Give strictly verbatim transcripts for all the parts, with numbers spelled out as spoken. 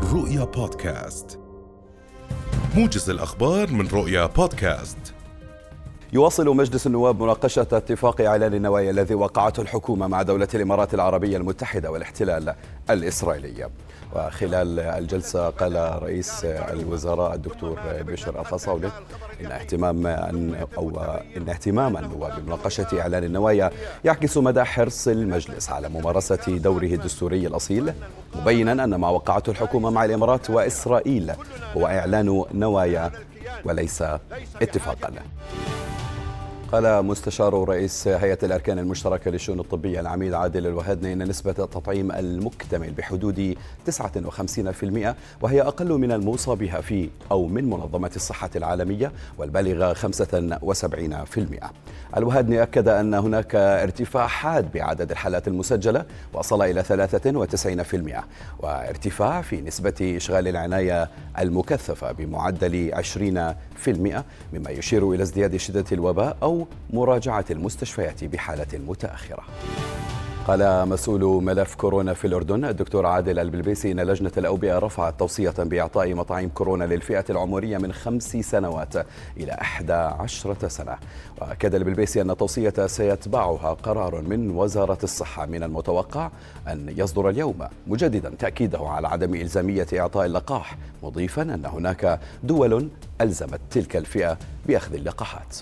رؤيا بودكاست، موجز الأخبار من رؤيا بودكاست. يواصل مجلس النواب مناقشة اتفاق إعلان النوايا الذي وقعته الحكومة مع دولة الإمارات العربية المتحدة والاحتلال الإسرائيلي. وخلال الجلسة قال رئيس الوزراء الدكتور بشر الخصاوني إن اهتمام أو إن اهتمام النواب بمناقشة إعلان النوايا يعكس مدى حرص المجلس على ممارسة دوره الدستوري الأصيل، مبينا أن ما وقعته الحكومة مع الإمارات وإسرائيل هو إعلان نوايا وليس اتفاقا. قال مستشار رئيس هيئة الأركان المشتركة للشؤون الطبية العميد عادل الوهادني إن نسبة التطعيم المكتمل بحدود تسعة وخمسين بالمئة، وهي أقل من الموصى بها في أو من منظمة الصحة العالمية والبالغة خمسة وسبعين بالمئة. الوهادني أكد أن هناك ارتفاع حاد بعدد الحالات المسجلة وصل إلى ثلاثة وتسعين بالمئة، وارتفاع في نسبة إشغال العناية المكثفة بمعدل عشرين بالمئة، مما يشير إلى ازدياد شدة الوباء أو مراجعة المستشفيات بحالة متأخرة. قال مسؤول ملف كورونا في الأردن الدكتور عادل البلبيسي إن لجنة الأوبئة رفعت توصية بإعطاء مطاعيم كورونا للفئة العمرية من خمس سنوات إلى إحدى عشرة سنة. وأكد البلبيسي أن التوصية سيتبعها قرار من وزارة الصحة من المتوقع أن يصدر اليوم، مجددا تأكيده على عدم إلزامية إعطاء اللقاح، مضيفا أن هناك دول ألزمت تلك الفئة بأخذ اللقاحات.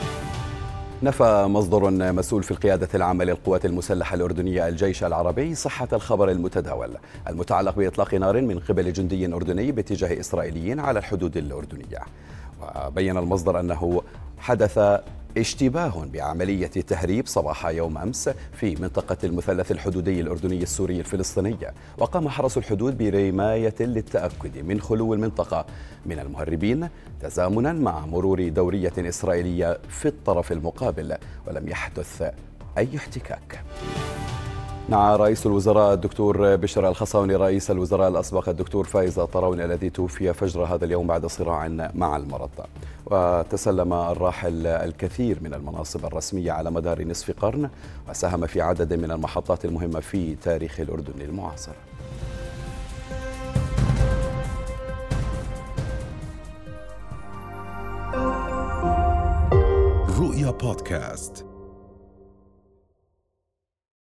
نفى مصدر مسؤول في القيادة العامة للقوات المسلحة الأردنية الجيش العربي صحة الخبر المتداول المتعلق بإطلاق نار من قبل جندي أردني باتجاه إسرائيليين على الحدود الأردنية. وبين المصدر أنه حدث اشتباه بعملية تهريب صباح يوم أمس في منطقة المثلث الحدودي الأردني السوري الفلسطيني، وقام حرس الحدود برماية للتأكد من خلو المنطقة من المهربين تزامنا مع مرور دورية إسرائيلية في الطرف المقابل، ولم يحدث أي احتكاك. مع رئيس الوزراء الدكتور بشر الخصاوني رئيس الوزراء الأسبق الدكتور فايز الطراوني الذي توفي فجر هذا اليوم بعد صراع مع المرض. وتسلم الراحل الكثير من المناصب الرسمية على مدار نصف قرن، وساهم في عدد من المحطات المهمة في تاريخ الأردن المعاصر. رؤيا بودكاست.